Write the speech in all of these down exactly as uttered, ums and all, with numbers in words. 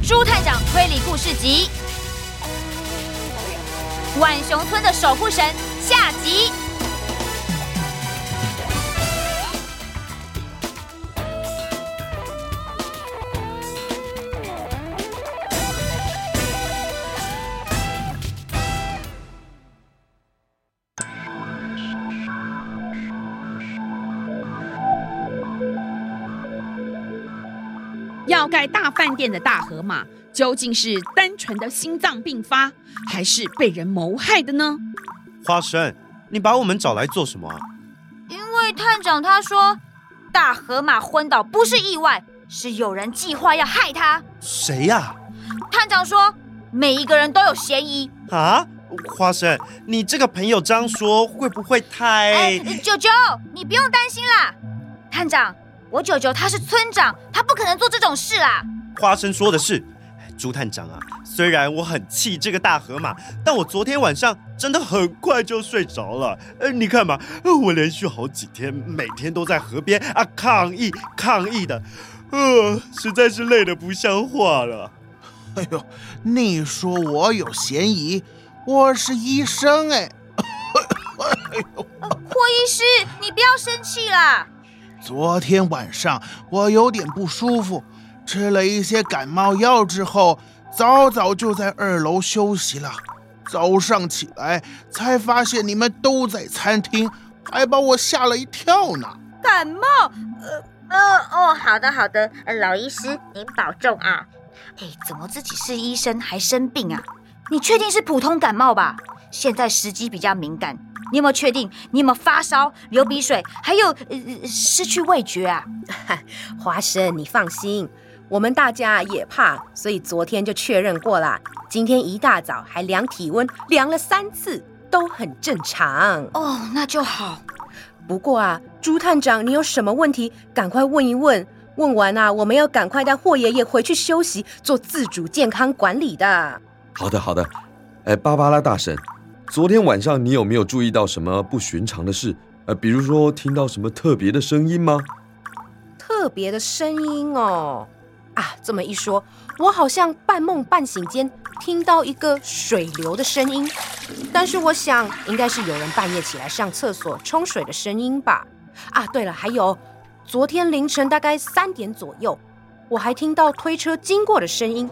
朱探长推理故事集《浣熊村的守护神》下集。 要盖大饭店的大河马，究竟是单纯的心脏病发，还是被人谋害的呢？ 花生，你把我们找来做什么啊？ 因为探长他说，大河马昏倒不是意外，是有人计划要害他。 谁呀、啊？ 探长说，每一个人都有嫌疑。 啊？花生，你这个朋友这样说，会不会太…… 哎，九九，你不用担心啦，探长。我舅舅他是村长，他不可能做这种事啦。 花生说的是，朱探长啊，虽然我很气这个大河马，但我昨天晚上真的很快就睡着了。呃，你看嘛，我连续好几天，每天都在河边啊抗议抗议的，呃，实在是累得不像话了。 哎呦，你说我有嫌疑？我是医生哎。 哎呦，霍医师，你不要生气啦。 昨天晚上我有点不舒服，吃了一些感冒药之后，早早就在二楼休息了。早上起来才发现你们都在餐厅，还把我吓了一跳呢。 感冒？呃呃哦，好的好的，老医师您保重啊。哎，怎么自己是医生还生病啊？你确定是普通感冒吧？现在时机比较敏感。你有没有确定？你有没有发烧、流鼻水，还有、呃、失去味觉啊？ 花生，你放心，我们大家也怕，所以昨天就确认过啦。今天一大早还量体温，量了三次，都很正常。 哦，那就好。 不过啊，朱探长，你有什么问题，赶快问一问。问完啊，我们要赶快带霍爷爷回去休息，做自主健康管理的。 好的，好的。哎，芭芭拉大婶。昨天晚上你有没有注意到什么不寻常的事？呃，比如说听到什么特别的声音吗？ 特别的声音哦，啊，这么一说，我好像半梦半醒间听到一个水流的声音，但是我想应该是有人半夜起来上厕所冲水的声音吧。啊，对了，还有昨天凌晨大概三点左右，我还听到推车经过的声音。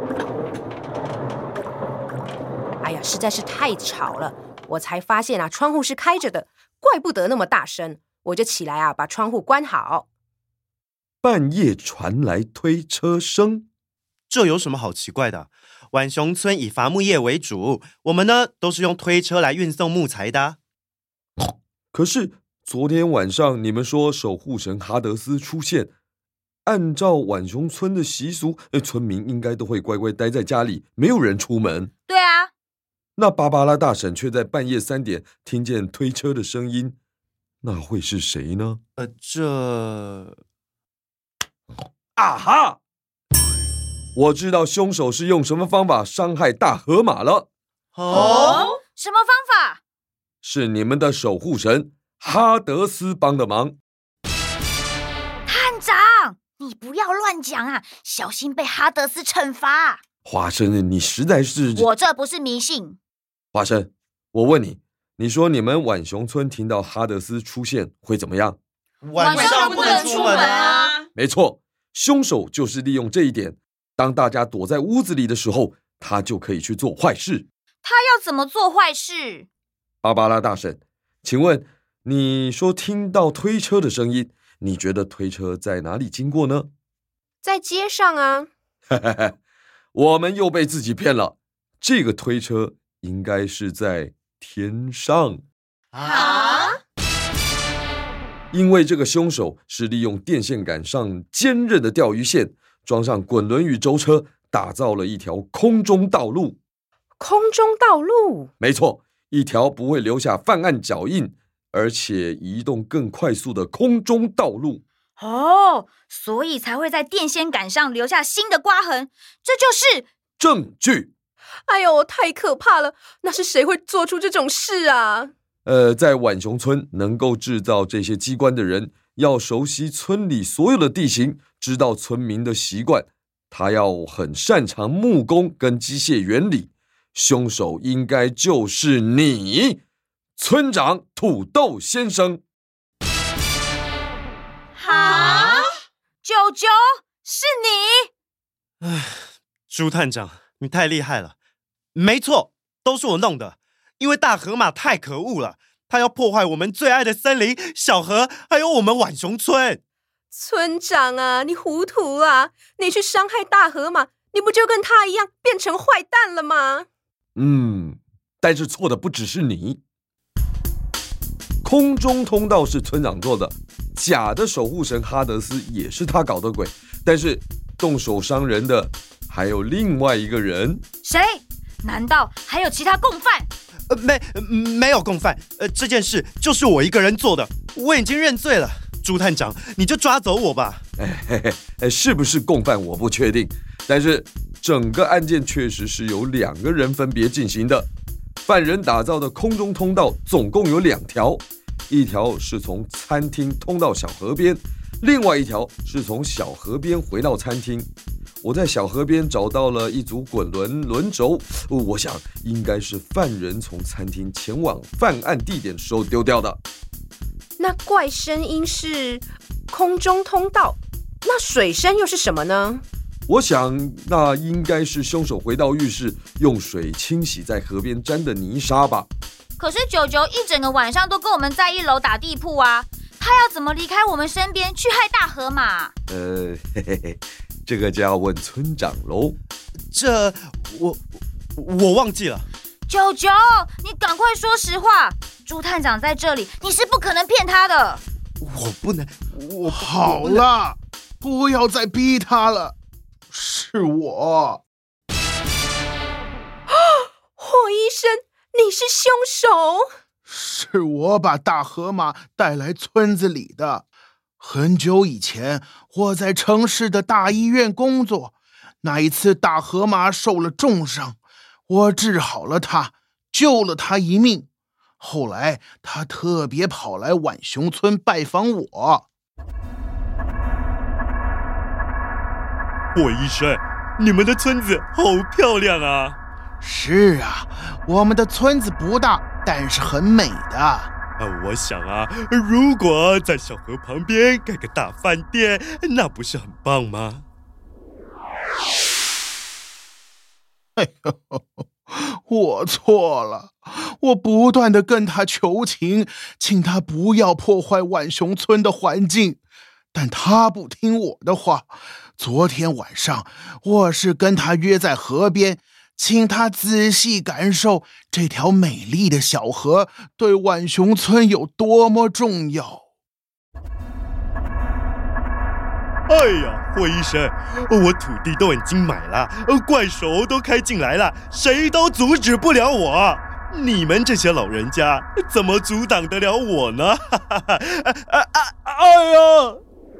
哎呀，实在是太吵了，我才发现啊，窗户是开着的，怪不得那么大声。我就起来啊，把窗户关好。 半夜传来推车声， 这有什么好奇怪的？浣熊村以伐木业为主，我们呢都是用推车来运送木材的。 可是昨天晚上你们说守护神哈德斯出现，按照浣熊村的习俗，村民应该都会乖乖待在家里，没有人出门。 对啊。 那芭芭拉大婶却在半夜三点听见推车的声音，那会是谁呢？ 呃，这…… 啊哈！我知道凶手是用什么方法伤害大河马了。 哦，什么方法？ 是你们的守护神哈德斯帮的忙。 探长，你不要乱讲啊，小心被哈德斯惩罚。 花生，你实在是…… 我这不是迷信。 花生，我问你，你说你们浣熊村听到哈德斯出现会怎么样？ 晚上不能出门啊！ 没错，凶手就是利用这一点，当大家躲在屋子里的时候，他就可以去做坏事。 他要怎么做坏事？ 芭芭拉大婶，请问你说听到推车的声音，你觉得推车在哪里经过呢？ 在街上啊。 我们又被自己骗了，这个推车应该是在天上啊！ 因为这个凶手是利用电线杆上坚韧的钓鱼线，装上滚轮与轴车，打造了一条空中道路。 空中道路？ 没错，一条不会留下犯案脚印，而且移动更快速的空中道路。 哦，所以才会在电线杆上留下新的刮痕，这就是证据。 哎呦，太可怕了！那是谁会做出这种事啊？ 呃，在浣熊村能够制造这些机关的人，要熟悉村里所有的地形，知道村民的习惯， 他要很擅长木工跟机械原理，凶手应该就是你，村长土豆先生。 哈？九九，是你？ 唉，朱探长，你太厉害了。没错，都是我弄的。因为大河马太可恶了，他要破坏我们最爱的森林、小河，还有我们浣熊村。 村长啊，你糊涂了！你去伤害大河马，你不就跟他一样变成坏蛋了吗？ 嗯，但是错的不只是你。空中通道是村长做的，假的守护神哈德斯也是他搞的鬼，但是动手伤人的还有另外一个人。 谁？难道还有其他共犯？ 呃，没没有共犯，呃，这件事就是我一个人做的，我已经认罪了。朱探长，你就抓走我吧。 哎嘿嘿，是不是共犯我不确定，但是整个案件确实是由两个人分别进行的。犯人打造的空中通道总共有两条，一条是从餐厅通到小河边，另外一条是从小河边回到餐厅。我在小河边找到了一组滚轮轮轴，我想应该是犯人从餐厅前往犯案地点的时候丢掉的。 那怪声音是空中通道，那水声又是什么呢？ 我想那应该是凶手回到浴室，用水清洗在河边沾的泥沙吧。 可是九九一整个晚上都跟我们在一楼打地铺啊，他要怎么离开我们身边去害大河马？ 呃，嘿嘿嘿，这个就要问村长喽。 这我我忘记了。 九九，你赶快说实话！朱探长在这里，你是不可能骗他的。 我不能，我好了，不要再逼他了，是我。 霍医生，你是凶手？ 是我把大河马带来村子里的。很久以前，我在城市的大医院工作，那一次大河马受了重伤，我治好了他，救了他一命。后来他特别跑来浣熊村拜访我。 霍医生，你们的村子好漂亮啊！ 是啊，我们的村子不大，但是很美的。 啊，我想啊，如果在小河旁边盖个大饭店，那不是很棒吗？ 哎呦，我错了，我不断地跟他求情，请他不要破坏浣熊村的环境，但他不听我的话。昨天晚上，我是跟他约在河边，请他仔细感受这条美丽的小河对浣熊村有多么重要。 哎呀，霍医生，我土地都已经买了，怪手都开进来了，谁都阻止不了我。你们这些老人家怎么阻挡得了我呢？哎呀！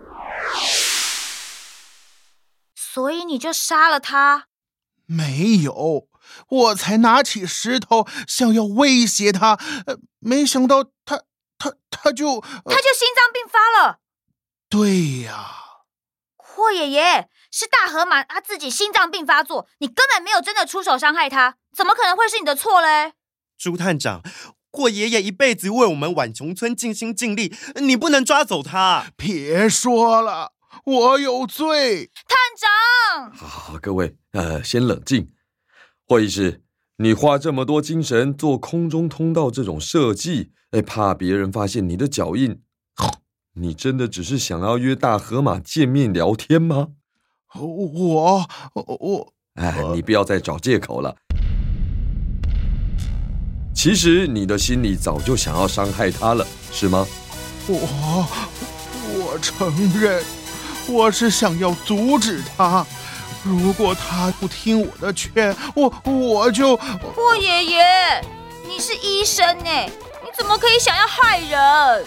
所以你就杀了他？ 没有，我才拿起石头想要威胁他，呃、没想到他他他就、呃、 他就心脏病发了。 对呀， 霍爷爷，是大河马他自己心脏病发作，你根本没有真的出手伤害他，怎么可能会是你的错嘞？ 朱探长，霍爷爷一辈子为我们浣熊村尽心尽力，你不能抓走他。 别说了，我有罪。 探长， 好，各位，呃，先冷静。霍医师，你花这么多精神做空中通道这种设计，哎，怕别人发现你的脚印，你真的只是想要约大河马见面聊天吗？ 我我哎，你不要再找借口了。其实你的心里早就想要伤害他了，是吗？ 我我承认，我是想要阻止他。如果他不听我的劝，我我就…… 霍爷爷，你是医生哎，你怎么可以想要害人？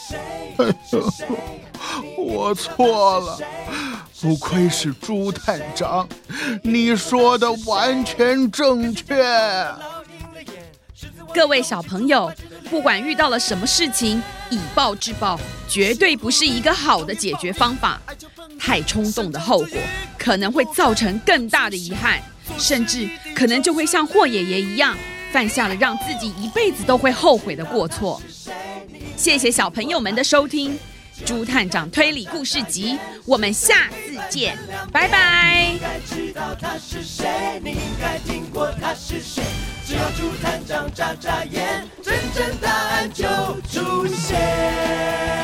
我错了，不愧是朱探长，你说的完全正确。 各位小朋友，不管遇到了什么事情，以暴制暴绝对不是一个好的解决方法。 太冲动的后果可能会造成更大的遗憾，甚至可能就会像霍爷爷一样，犯下了让自己一辈子都会后悔的过错。谢谢小朋友们的收听，猪探长推理故事集，我们下次见，拜拜。 只要猪探长眨眨眼，真正答案就出现。